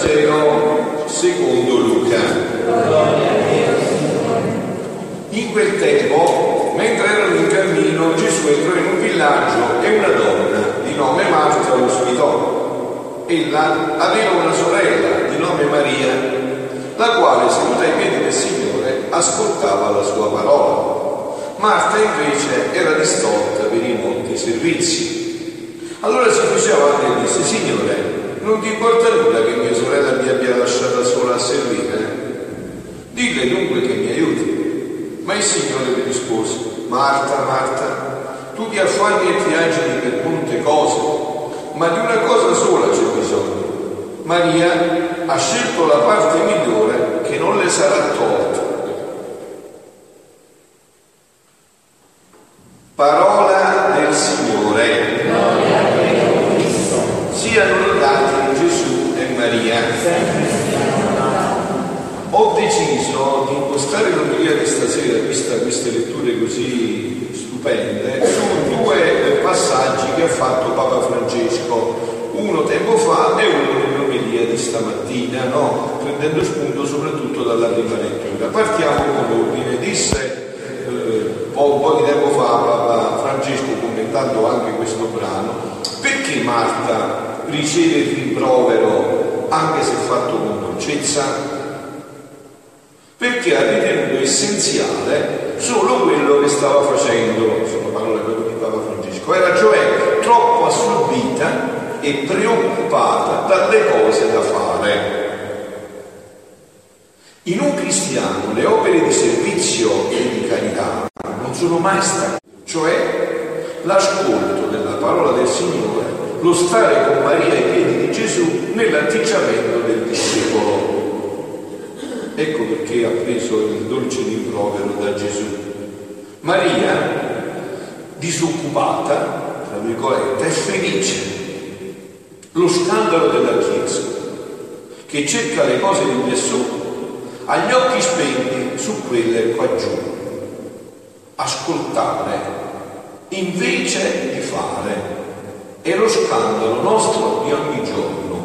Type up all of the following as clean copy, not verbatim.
Vangelo secondo Luca. In quel tempo, mentre erano in cammino, Gesù entrò in un villaggio e una donna di nome Marta lo ospitò. Ella aveva una sorella di nome Maria, la quale, seduta ai piedi del Signore, ascoltava la sua parola. Marta invece era distolta per i molti servizi. Allora si fece avanti e disse: Signore, non ti importa nulla che mia sorella mi abbia lasciata sola a servire? Dille dunque che mi aiuti. Ma il Signore mi rispose: Marta, Marta, tu ti affanni e ti agiti per molte cose, ma di una cosa sola c'è bisogno. Maria ha scelto la parte migliore che non le sarà tolta. Parola del Signore. Siano lodati Gesù e Maria. Ho deciso di impostare l'omelia di stasera, vista queste letture così stupende, su due passaggi che ha fatto Papa Francesco, uno tempo fa e uno nell'omelia di stamattina, prendendo spunto soprattutto dalla prima lettura. Partiamo con l'ordine. Disse un po' di tempo fa Papa Francesco, commentando anche questo brano, perché Marta riceve il rimprovero anche se fatto con dolcezza? Perché ha ritenuto essenziale solo quello che stava facendo, sono parole di Papa Francesco, era cioè troppo assorbita e preoccupata dalle cose da fare. In un cristiano le opere di servizio e di carità non sono mai state, cioè l'ascolto della parola del Signore, lo stare con Maria ai piedi di Gesù nell'atteggiamento del discepolo. Ecco perché ha preso il dolce rimprovero da Gesù. Maria, disoccupata, tra virgolette, è felice. Lo scandalo della Chiesa, che cerca le cose di qui sotto, ha gli occhi spenti su quelle qua giù. Ascoltare invece di fare è lo scandalo nostro di ogni giorno.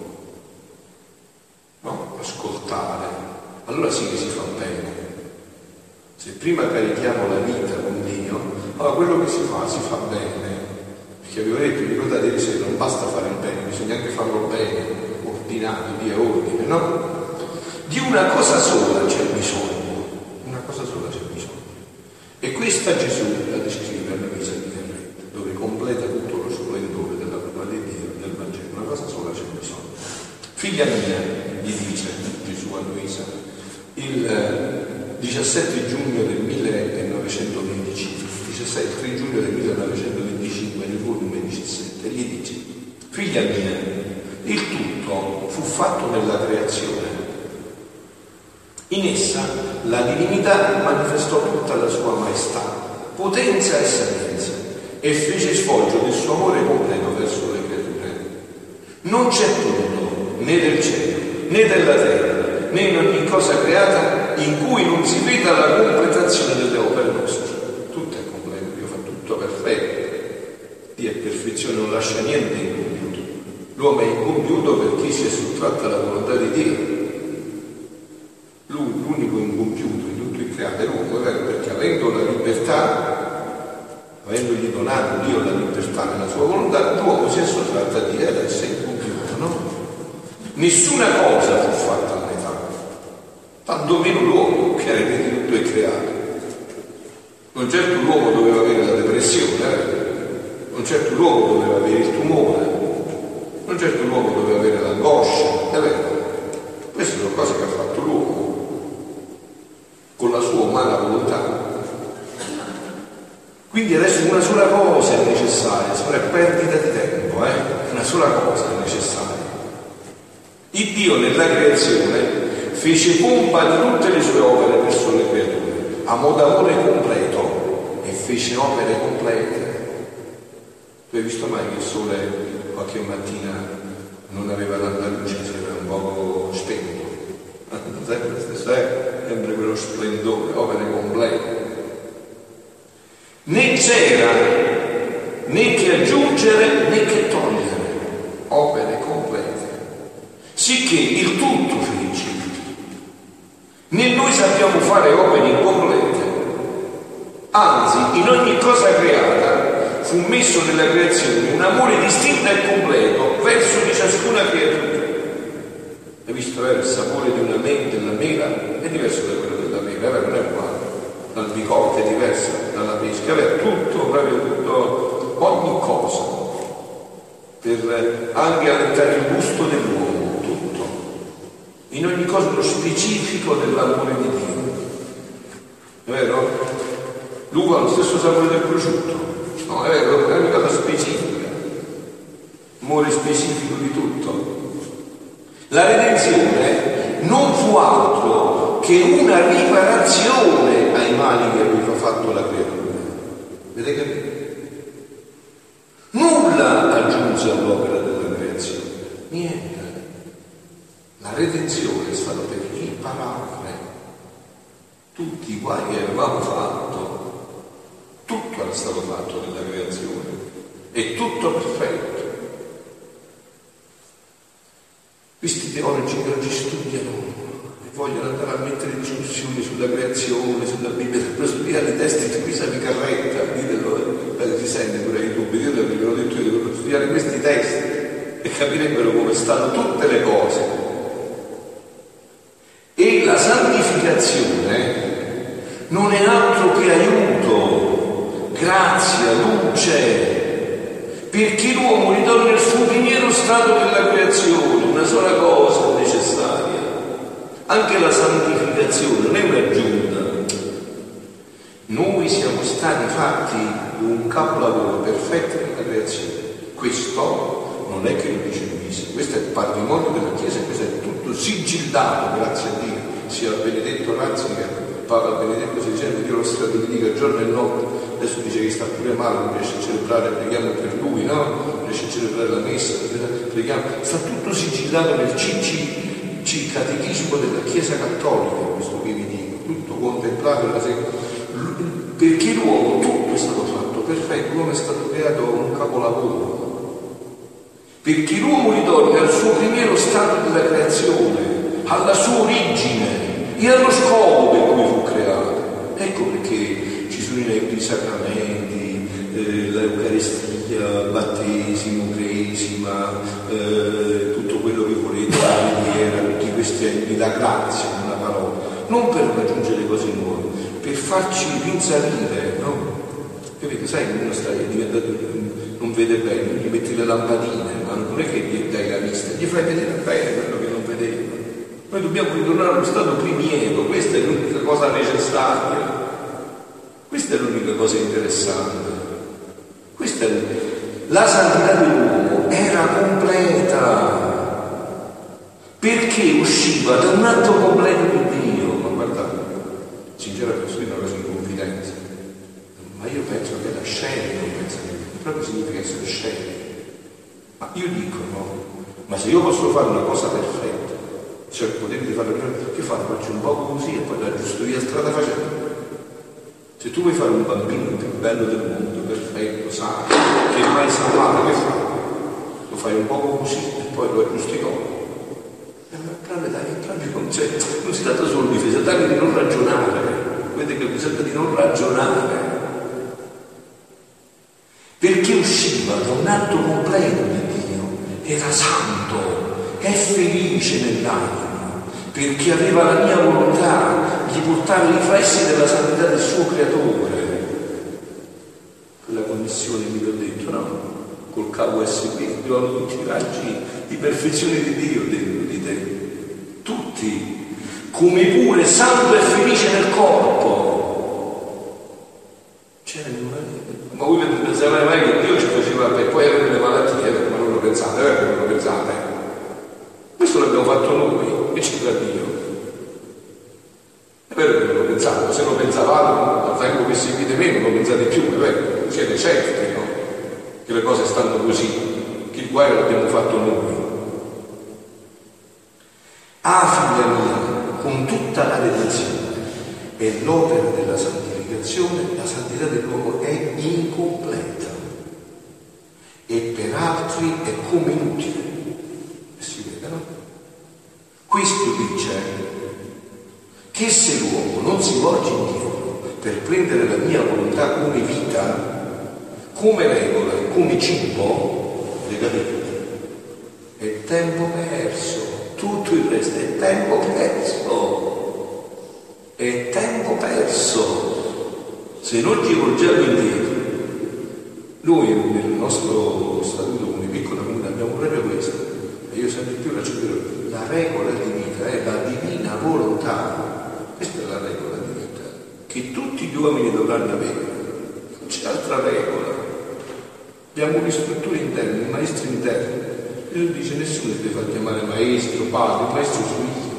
Ascoltare, allora sì che si fa bene. Se prima carichiamo la vita con Dio, allora quello che si fa bene. Perché avevo detto, ricordate che non basta fare il bene, bisogna anche farlo bene, ordinato, Dio è ordine, no? Di una cosa sola c'è bisogno, una cosa sola c'è bisogno. E questa Gesù la descrive a Luisa di Terretto, dove completa tutto lo splendore della parola di Dio del Vangelo. Una cosa sola c'è bisogno. Figlia mia, gli dice Gesù a Luisa, il 17 giugno del 1925, il 3 giugno del 1925, nel volume 17, gli dice: figlia mia, il tutto fu fatto nella creazione. In essa la divinità manifestò tutta la sua maestà, potenza e sapienza, e fece sfoggio del suo amore completo verso le creature. Non c'è tutto, né del cielo, né della terra, né in ogni cosa creata in cui non si veda la completazione delle opere nostre. Tutto è completo, Dio fa tutto perfetto. Dio è perfezione, non lascia niente incompiuto. L'uomo è incompiuto perché si è sottratto alla volontà di Dio. L'unico incompiuto di tutto il creato è l'uomo, perché avendo la libertà, avendogli donato Dio la libertà nella sua volontà, l'uomo si è sottratto a Dio ed è incompiuto, no? Nessuna cosa fu fatta a metà, tanto meno l'uomo che era di tutto il creato. Non certo l'uomo doveva avere la depressione, non certo l'uomo doveva avere il tumore, non certo l'uomo doveva avere l'angoscia, è vero. Queste sono cose che ha fatto l'uomo con la sua umana volontà. Quindi adesso una sola cosa è necessaria, sembra perdita di tempo, una sola cosa è necessaria. Il Dio nella creazione fece pompa di tutte le sue opere verso le creature, amò d'amore completo e fece opere complete. Tu hai visto mai che il sole qualche mattina non aveva tanta luce, si era un poco spento? Sempre stesso, sempre quello splendore, opere complete. Né c'era né che aggiungere né che togliere, opere complete. sicché il tutto fece. Né noi sappiamo fare opere incomplete, anzi in ogni cosa creata fu messo nella creazione un amore distinto e completo verso di ciascuna creatura. Hai visto, il sapore di una della mela è diverso da quello della mela, non è uguale. L'albicocca è diversa dalla pesca, tutto, proprio tutto, ogni cosa, per anche allentare il gusto dell'uomo, tutto. In ogni cosa lo specifico dell'amore di Dio. È vero? L'uva ha lo stesso sapore del prosciutto. No, è vero, è una cosa specifica. Amore specifico di tutto. La redenzione non fu altro che una riparazione ai mali che aveva fatto la creatura. Vedete che nulla aggiunse all'opera della creazione, niente. La redenzione è stata per riparare tutti i guai che avevamo fatto. Tutto era stato fatto nella creazione, è tutto perfetto. Questi teologi che oggi studiano e vogliono andare a mettere discussioni sulla creazione, sulla Bibbia, per studiare i testi di Pisa di Carretta, ditelo, si sente pure ai dubbi, io vi ho detto, io devo studiare questi testi e capirebbero come stanno tutte le cose. E la santificazione non è altro che aiuto, grazia, luce, perché l'uomo ritorna al suo primiero stato della creazione. Una sola cosa è necessaria, anche la santificazione non è un'aggiunta. Noi siamo stati fatti un capolavoro perfetto nella creazione. Questo non è che lo dice Luisa, questo è il patrimonio della Chiesa, questo è tutto sigillato, grazie a Dio, sia Benedetto Ratzinger, Papa Benedetto XVI, Dio lo stradica giorno e notte. Adesso dice che sta pure male, non riesce a celebrare, preghiamo per lui, no? Non riesce a celebrare la messa, preghiamo. Sta tutto sigillato nel catechismo della Chiesa Cattolica, questo che vi dico, tutto contemplato, perché l'uomo tutto è stato fatto perfetto, l'uomo è stato creato un capolavoro. Perché l'uomo ritorna al suo primiero stato della creazione, alla sua origine e allo scopo per cui fu creato. Ecco perché ci sono i sacramenti, l'Eucaristia, il battesimo, cresima, tutto quello che volete, la preghiera, tutti questi enti, la grazia, una parola, non per raggiungere cose nuove, per farci rinsavire, no? Capite? Sai che uno sta diventato, non vede bene, gli metti le lampadine, ma non è che gli dai la vista, gli fai vedere bene quello che non vedeva. Noi dobbiamo ritornare allo stato primiero, questa è l'unica cosa necessaria. Questa è l'unica cosa interessante. Questa è la santità dell'uomo era completa perché usciva da un atto completo di Dio. Ma guardate, sinceramente posso dire una cosa in confidenza, ma io penso che la scena non pensa che proprio significa essere scemi. Ma io dico no, ma se io posso fare una cosa perfetta, cioè il potere di farlo, che faccio un poco così e poi la aggiusto via strada facendo. Se tu vuoi fare un bambino più bello del mondo, perfetto, sano, che mai sa male, che fai? Lo fai un poco così e poi lo aggiusti dopo. Non si tratta solo di difesa, tratta di non ragionare. Vedete che bisogna di non ragionare. Perché usciva da un atto completo di Dio, era santo, è felice nell'anima, perché aveva la mia volontà di portare i riflessi della santità del suo creatore. Quella connessione mi l'ho detto, no? Col cavo USB, trovano tutti i raggi di perfezione di Dio dentro di te. Tutti, come pure santo e felice nel corpo. Ma voi pensate mai che Dio ci faceva per poi avere le malattie? Ma non lo pensate, non lo pensate. Questo l'abbiamo fatto noi, e ci fa Dio. È vero che non lo pensate, se lo pensavate, tengo che seguite me, non lo pensate più, è vero, siete certi, no? Che le cose stanno così, che il guaio l'abbiamo fatto noi. Figlia mia, con tutta la redenzione e l'opera della santificazione, la santità dell'uomo è incompleta e per altri è come inutile. Si vede, no? Questo dice che se l'uomo non si volge indietro per prendere la mia volontà come vita, come regola, come cibo, le capite? È tempo perso, tutto il resto è tempo perso, è tempo perso. Se non ci volgiamo indietro, noi nel nostro statuto come piccola comunità abbiamo proprio questo, e io sempre più la cercherò, la regola di vita è la divina volontà, questa è la regola di vita, che tutti gli uomini dovranno avere, non c'è altra regola. Abbiamo un'istruttura interna, un maestro interno. Lui dice nessuno si deve far chiamare maestro, padre, maestro suo io.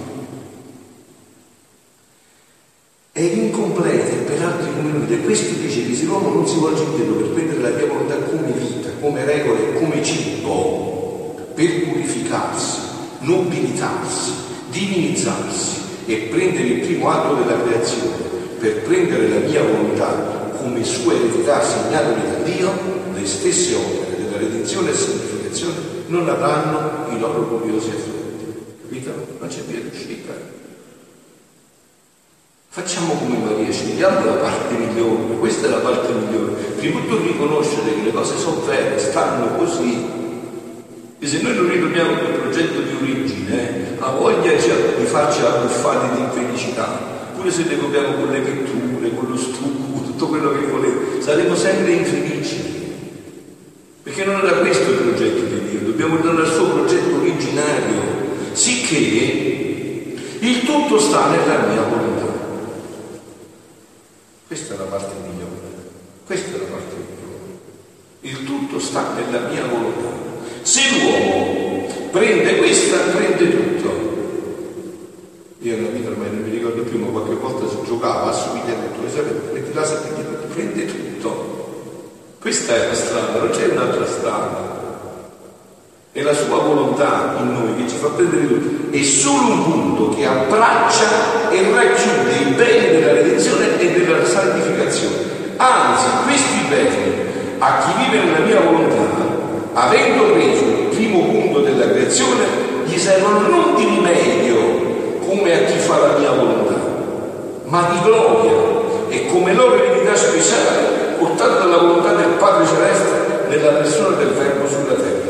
È incompleta per altri comunità. Questo dice che se l'uomo non si volge indietro per prendere la mia volontà come vita, come regole, come cibo, per purificarsi, nobilitarsi, divinizzarsi e prendere il primo atto della creazione, per prendere la mia volontà come sua eredità segnatole da Dio, le stesse opere della redenzione e santificazione non avranno i loro gloriosi effetti. Capito? Non c'è via d'uscita. Facciamo come Maria, scegliamo la parte migliore, questa è la parte migliore. Prima di tutto riconoscere che le cose sono vere, stanno così. E se noi non ritorniamo quel progetto di origine, ha voglia di farci abbuffare di infelicità. Pure se ne copiamo con le pitture, con lo stucco, tutto quello che volete, saremo sempre infelici. Perché non era questo il progetto di Dio, dobbiamo tornare al suo progetto originario, sicché il tutto sta nella mia volontà. Questa è la parte migliore, questa è la parte migliore. Il tutto sta nella mia volontà. Se l'uomo prende questa, prende tutto. Io nella vita ormai non mi ricordo più, ma qualche volta si giocava, assumite tutto, e sapete, metti là, prende tutto. Questa è la strada, non c'è un'altra strada. È la sua volontà in noi che ci fa prendere tutto. È solo un punto che abbraccia e racchiude i beni della redenzione e della santificazione. Anzi, questi beni, a chi vive nella mia volontà, avendo preso il primo punto della creazione, gli servono non di rimedio, come a chi fa la mia volontà, ma di gloria e come loro eredità speciale portata dalla volontà del Padre Celeste nella persona del Verbo sulla terra.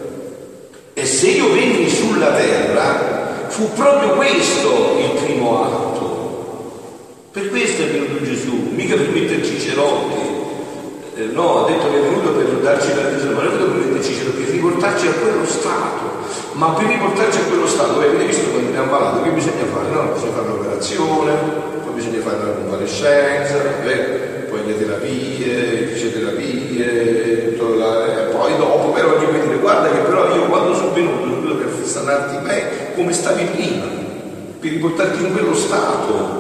E se io venni sulla terra, fu proprio questo il primo atto. Per questo è venuto Gesù, mica per metterci cerotti. No, ha detto che è venuto per darci la redenzione, ma non è venuto per metterci cerotti, per riportarci a quello stato. Ma per riportarci a quello stato, avete visto quando mi ha ammalato, che bisogna fare? No, bisogna fare l'operazione, poi bisogna fare la convalescenza, poi le terapie, le fisioterapie, e poi dopo però gli puoi dire guarda che però io quando sono venuto per sanarti me come stavi prima, per riportarti in quello stato.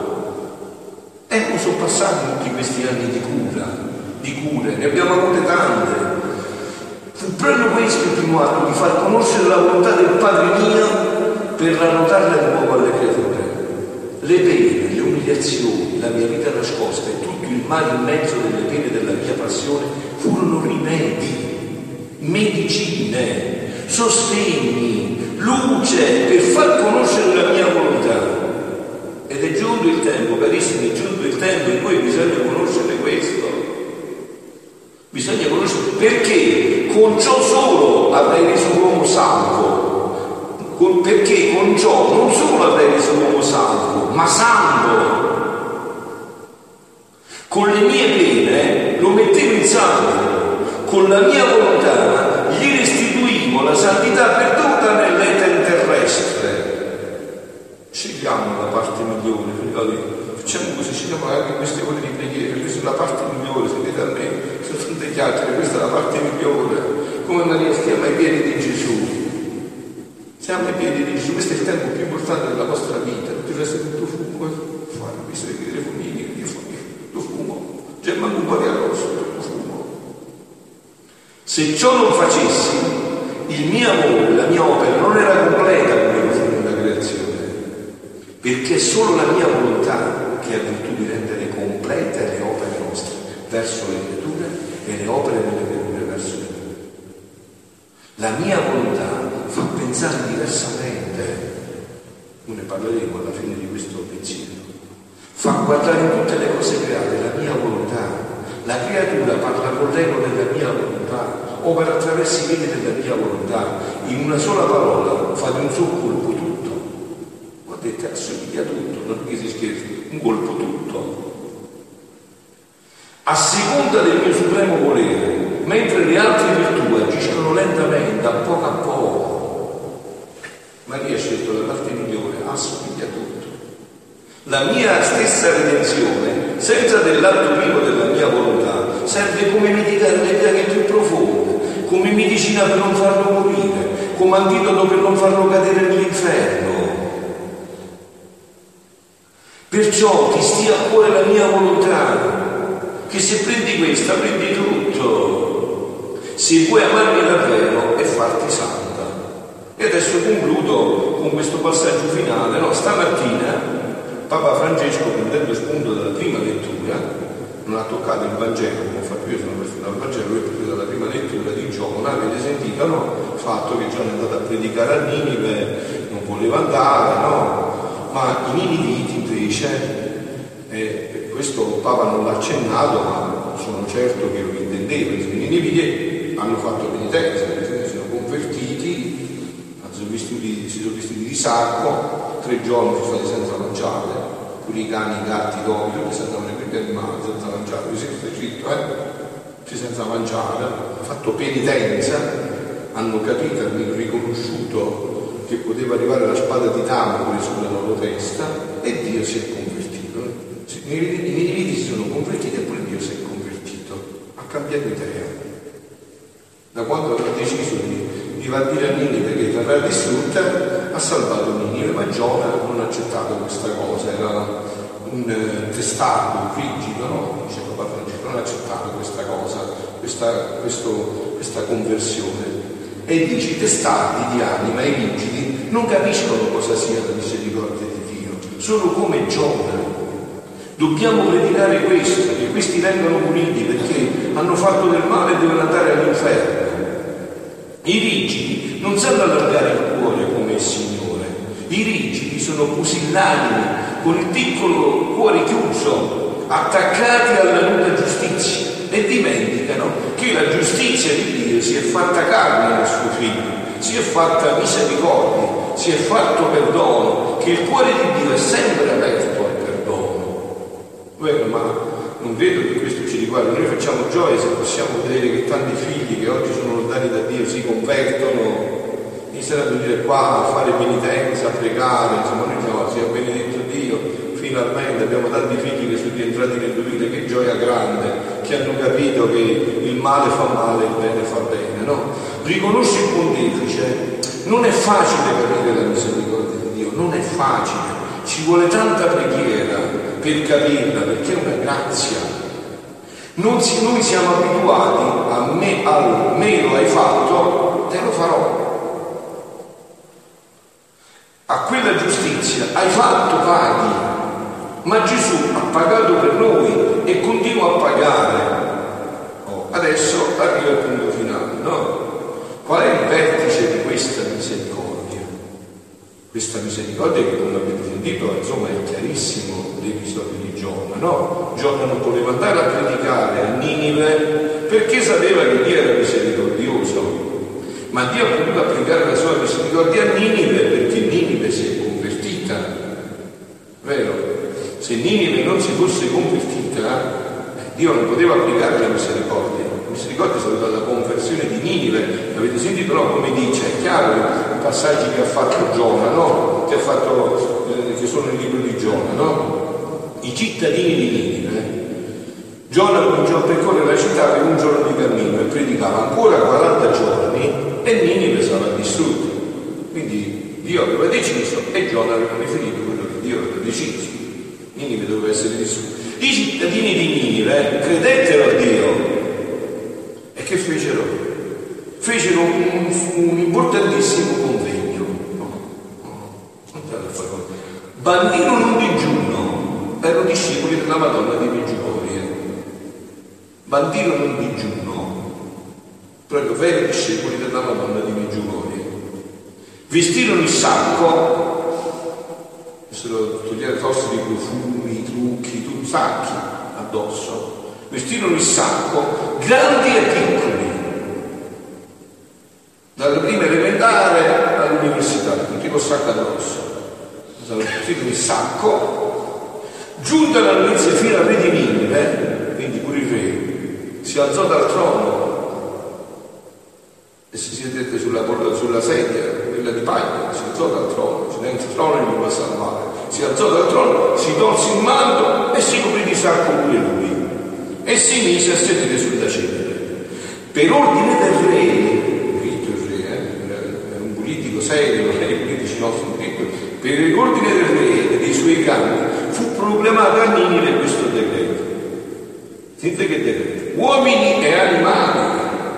E non sono passati tutti questi anni di cure, ne abbiamo avute tante. Fu proprio questo il primo atto, di far conoscere la volontà del Padre mio per annotarla di nuovo alle creature. Le pene, le umiliazioni, la mia vita nascosta e tutto il male in mezzo delle pene della mia passione furono rimedi, medicine, sostegni, luce per far conoscere la mia volontà. Ed è giunto il tempo, carissimi, è giunto il tempo in cui bisogna conoscere questo. Bisogna conoscere perché con ciò solo avrei reso l'uomo salvo. Perché con ciò non solo avrei reso l'uomo salvo, ma santo. Con le mie pene lo mettevo in salvo, con la mia volontà gli restituivo la santità perduta nell'etere terrestre. Scegliamo la parte migliore, facciamo così, scegliamo anche queste ore di preghiera, questa è la parte migliore, sapete a me, sono tutte gli altri, questa è la parte migliore, come Maria stiamo ai piedi di Gesù. Siamo ai piedi di Gesù, questo è il tempo più importante della vostra vita, tutto il resto è tutto fumo, fuori, visto che vedere fumini, io tutto fumo, c'è manco un po' di arrosto, tutto fumo. Se ciò non facessi, il mio amore, la mia opera non era completa come la creazione, perché è solo la mia volontà che ha virtù di rendere complete le opere nostre verso le creature e le opere delle creature verso le creature. La mia volontà fa pensare diversamente. ne parleremo alla fine di questo pensiero, fa guardare in tutte le cose create la mia volontà. La creatura parla con l'ego della mia volontà, opera attraverso i veli della mia volontà, in una sola parola fa di un solo colpo tutto. Ho detto assomiglia tutto, non è che si scherza, un colpo tutto. A seconda del mio supremo volere, mentre le altre virtù agiscono lentamente, a poco. Maria ha scelto la parte migliore, assomiglia tutto. La mia stessa redenzione, senza dell'atto primo della mia volontà, serve come mitigare le piaghe più profonde, come medicina per non farlo morire, come antidoto per non farlo cadere nell'inferno. Perciò ti stia a cuore la mia volontà, che se prendi questa prendi tutto, se vuoi amarmi davvero e farti santa. E adesso concludo con questo passaggio finale. Stamattina Papa Francesco, prendendo spunto dalla prima lettura, non ha toccato il Vangelo, come ho fatto io, sono partito dal Vangelo, lui è partito dalla prima lettura di Giona, avete sentito, no? Il fatto che Giona è andato a predicare a Ninive, non voleva andare, no? Ma i Niniviti invece, questo Papa non l'ha accennato, ma sono certo che lo intendeva, i Niniviti hanno fatto penitenza, perché si sono convertiti, si sono vestiti di sacco, 3 giorni sono stati senza mangiare, pure i cani, i gatti, i topi, tutti senza animali, senza mangiare, così è scritto, senza mangiare, hanno fatto penitenza, hanno capito, hanno riconosciuto che poteva arrivare la spada di Damocle sulla loro testa e Dio si è convertito. I Niniviti si sono convertiti e pure Dio si è convertito, ha cambiato idea. Da quando ha deciso di va a dire a Ninive che verrà distrutta, ha salvato Ninive, ma Giona non ha accettato questa cosa, era un testardo, rigido, no? Dice Papa Francesco, non ha accettato questa cosa, questa conversione. E dice, i testardi di anima e i rigidi non capiscono cosa sia la misericordia di Dio, sono come Giona. Dobbiamo predicare questo, che questi vengano puniti perché hanno fatto del male e devono andare all'inferno. I rigidi non sanno allargare il cuore come il Signore, i rigidi sono pusillanimi, con il piccolo cuore chiuso, attaccati alla nuda giustizia e dimenticano che la giustizia di Dio si è fatta carne nel suo figlio, si è fatta misericordia, si è fatto perdono, che il cuore di Dio è sempre aperto al perdono. Bueno, ma non vedo che questo ci riguarda, noi facciamo gioia se possiamo vedere che tanti figli che oggi sono lontani da Dio si convertono, iniziano a venire qua a fare penitenza, a pregare, insomma noi diciamo, sia benedetto Dio, finalmente abbiamo tanti figli che sono rientrati nell'udire, che gioia grande, che hanno capito che il male fa male, il bene fa bene, no? Riconosce il pontefice, non è facile capire la misericordia di Dio, non è facile, ci vuole tanta preghiera per capirla, perché è una grazia. Noi siamo abituati al me lo hai fatto, te lo farò. A quella giustizia hai fatto, paghi. Ma Gesù ha pagato per noi e continua a pagare. Adesso arriva il punto finale, no? Qual è il vertice di questa misericordia? Questa misericordia che, come avete sentito, insomma è chiarissimo l'episodio di Giona, no? Giona non voleva andare a predicare a Ninive perché sapeva che Dio era misericordioso, ma Dio ha potuto applicare la sua misericordia a Ninive perché Ninive si è convertita, vero? Se Ninive non si fosse convertita, Dio non poteva applicare la misericordia. La misericordia è stata dalla conversione di Ninive, avete sentito, no? Come dice, è chiaro i passaggi che ha fatto Giona, no? Che sono nel libro di Giona, no? I cittadini di Ninive. Giona cominciò a percorrere la città per un giorno di cammino e predicava ancora 40 giorni e Ninive sarà distrutta. Quindi Dio aveva deciso e Giona aveva riferito quello che Dio aveva deciso. Ninive doveva essere distrutta. I cittadini di Ninive credettero a Dio e che fecero? Fecero un importantissimo convegno. Bandirono un digiuno, erano discepoli della Madonna di Medjugorje. Bandirono un digiuno, proprio veri discepoli della Madonna di Medjugorje. Vestirono il sacco fossero togliere tosti di profumi, trucchi, sacchi addosso, vestirono il sacco, grandi e piccoli, dalla prima elementare all'università, tutti col sacco addosso, vestirono il sacco, giunta la notizia fino al re di Ninive, quindi pure il re, si alzò dal trono e si sedette sulla sedia, quella di paglia, si alzò dal trono, il trono non mi può salvare, si alzò dal trono, si tolse il manto e si coprì di sacco pure lui e si mise a sedere sulla cenere. Per ordine del re, il re era un politico serio, non era i politici nostri, per ordine del re e dei suoi capi fu proclamato a Ninive questo decreto. Sentite che decreto: uomini e animali,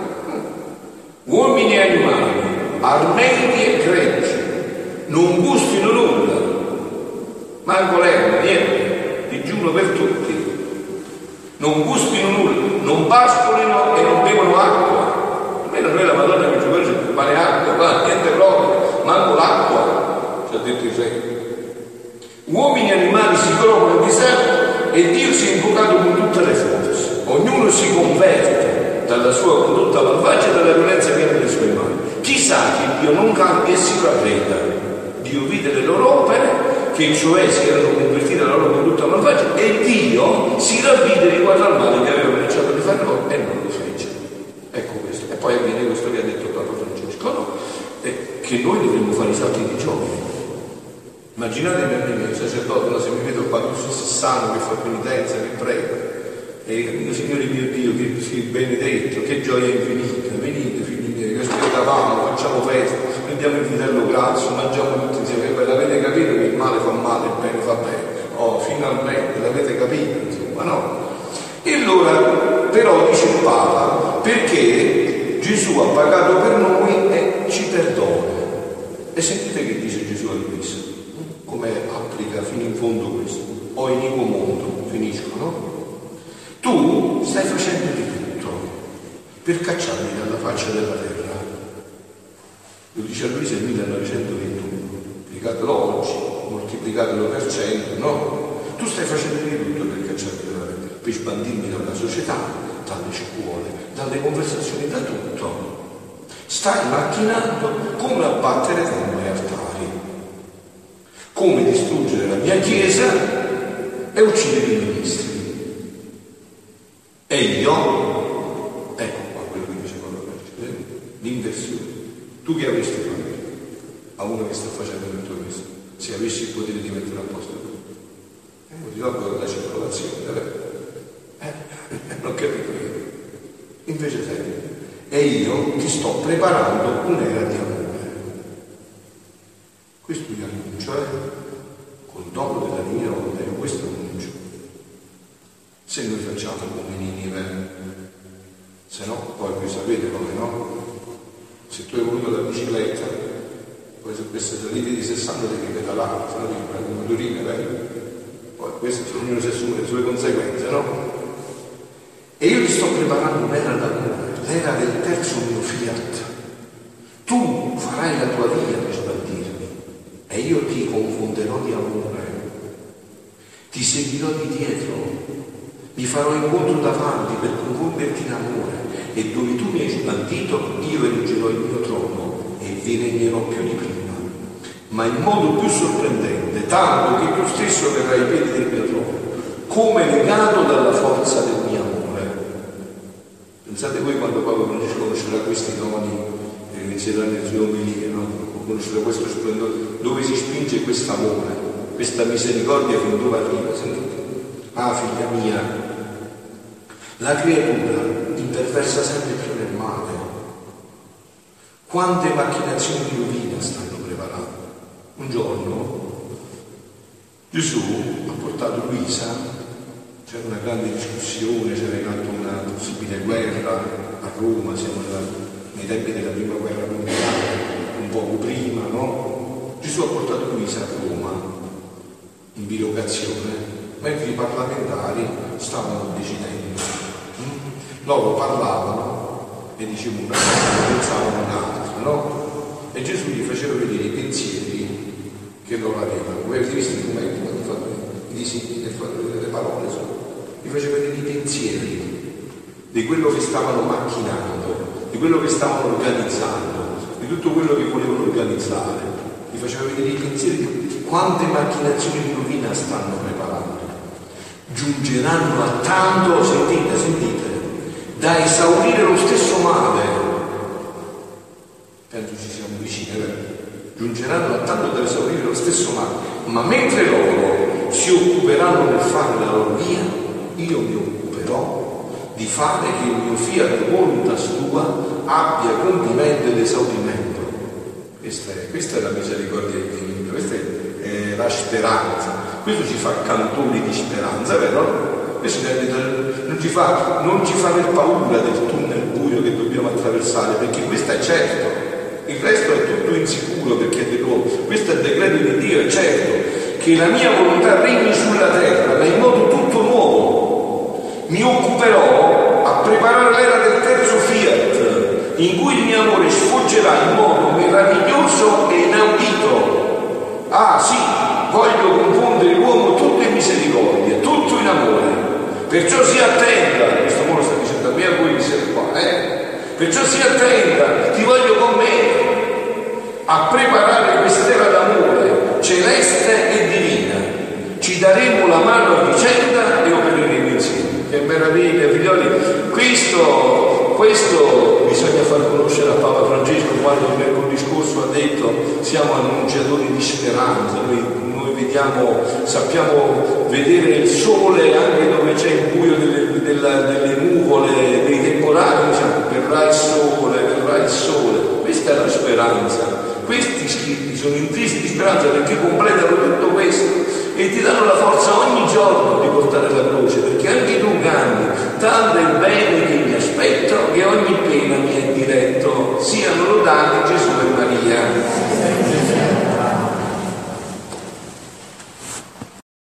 armenti e greggi, non gustino nulla, manco l'erba, niente, digiuno per tutti, non gustino nulla, non pascolino e non bevono acqua. Almeno noi la Madonna che ci vuole pane acqua, niente proprio, manco l'acqua, ci ha detto il re. Uomini e animali si trovano in deserto e Dio si è invocato con tutte le forze. Ognuno si converte dalla sua condotta malvagia e dalla violenza che viene dalle sue mani. Chissà che Dio non cambia e si ravveda. Dio vide le loro opere, che cioè si erano convertite dalla loro condotta malvagia, e Dio si ravvide riguardo al male che aveva cominciato di fare loro e non lo fece. Ecco questo. E poi avviene questo che ha detto Papa Francesco, no? Che noi dovremmo fare i salti di gioia. Immaginate per me, il sacerdote, no, se mi vedo qua più sano che fa penitenza, che prega, e dico: Signore mio Dio, che sei benedetto, che gioia infinita, venite figli miei, che aspettavamo, facciamo festa, prendiamo il vitello grasso, mangiamo tutti insieme. L'avete capito che il male fa male, il bene fa bene? Oh, finalmente l'avete capito, insomma, no? E allora, però, dice il Papa, perché Gesù ha pagato per noi e ci perdona. E sentite che dice Gesù al Luisa, come applica fino in fondo questo: o iniquo mondo, finiscono. Tu stai facendo di tutto per cacciarmi dalla faccia della terra. Lo dice a Luisa nel 1921, applicatelo oggi, moltiplicatelo per 100, no? Tu stai facendo di tutto per cacciarmi dalla terra, per sbandirmi dalla società, dalle scuole, dalle conversazioni, da tutto. Stai macchinando come abbattere templi e altari, come distruggere la mia chiesa e uccidere i ministri. E io, ecco qua quello che dice Papa Francesco, l'inversione. Tu che avresti fatto a uno che sta facendo tutto questo, se avessi il potere di mettere a posto tutto? Ti tolgo la circolazione, non capito io. Invece sai, e io ti sto preparando un'era di amore. Questo io annuncio, col dono della mia onda, io questo annuncio. Se noi facciamo come Ninive, se no, poi voi sapete come, no? Se tu hai voluto la bicicletta, poi su queste salite di 60 devi pedalare, se no devi prendere un motorino, poi questo ognuno si assume le sue conseguenze, no? E io ti sto preparando un'era d'amore, l'era del terzo mio fiat. Tu farai la tua via per sbandirmi e io ti confonderò di amore, ti seguirò di dietro, mi farò incontro davanti per confonderti in amore, e dove tu mi hai sbandito io erigerò il mio trono e vi regnerò più di prima, ma in modo più sorprendente, tanto che tu stesso verrai ai piedi del mio trono, come legato dalla forza del mio amore. Pensate voi quando Papa Francesco conoscerà questi doni che inizierà nelle sue omelie, no? Conoscerà questo splendore, dove si spinge quest'amore, questa misericordia fin dove arriva. Sentite? Ah, figlia mia, la creatura imperversa sempre più nel male. Quante macchinazioni di rovina stanno preparando. Un giorno Gesù ha portato Luisa, c'era una grande discussione, c'era in atto una possibile guerra a Roma, siamo nei tempi della prima guerra mondiale, un poco prima, no? Gesù ha portato Luisa a Roma in bilocazione, mentre i parlamentari stavano decidendo. Loro parlavano e dicevano una cosa, pensavano un'altra, no? E Gesù gli faceva vedere i pensieri che non l'avevano. Voi avete visto i fumetti quando fanno i disegni, le parole, gli faceva vedere i pensieri di quello che stavano macchinando, di quello che stavano organizzando, di tutto quello che volevano organizzare. Gli faceva vedere i pensieri di quante macchinazioni di rovina stanno preparando. Giungeranno a tanto, sentite, da esaurire lo stesso male. Penso ci siamo vicini, vero? Giungeranno a tanto da esaurire lo stesso male, ma mentre loro si occuperanno nel fare la loro via, io mi occuperò di fare che il mio fiat voluntas tua abbia compimento ed esaurimento. Questa è la misericordia infinita, questa è la speranza. Questo ci fa cantori di speranza, vero? Questo non ci fa aver paura del tunnel buio che dobbiamo attraversare, perché questo è certo. Il resto è tutto insicuro perché è dell'uomo. Questo è il decreto di Dio, è certo che la mia volontà regni sulla terra, ma in modo tutto nuovo. Mi occuperò a preparare l'era del terzo fiat, in cui il mio amore sfoggerà in modo meraviglioso e inaudito. Ah sì, voglio confondere l'uomo tutto in misericordia, tutto in amore. Perciò si attenta, questo amore sta dicendo a me e a voi che siete qua, perciò si attenta, ti voglio con me a preparare quest'era d'amore celeste e divina. Ci daremo la mano a vicenda e opereremo insieme. Che meraviglia, figlioli! Questo bisogna far conoscere a Papa Francesco quando mercoledì scorso ha detto siamo annunciatori di speranza. Noi vediamo, sappiamo vedere il sole anche dove c'è il buio delle nuvole, dei temporali, diciamo, verrà il sole. Questa è la speranza. Questi scritti sono intrisi di speranza perché completano tutto questo e ti danno la forza ogni giorno di portare la croce, perché anche tu cambi, tanto è il bene che mi aspetto che ogni pena mi è diretto, siano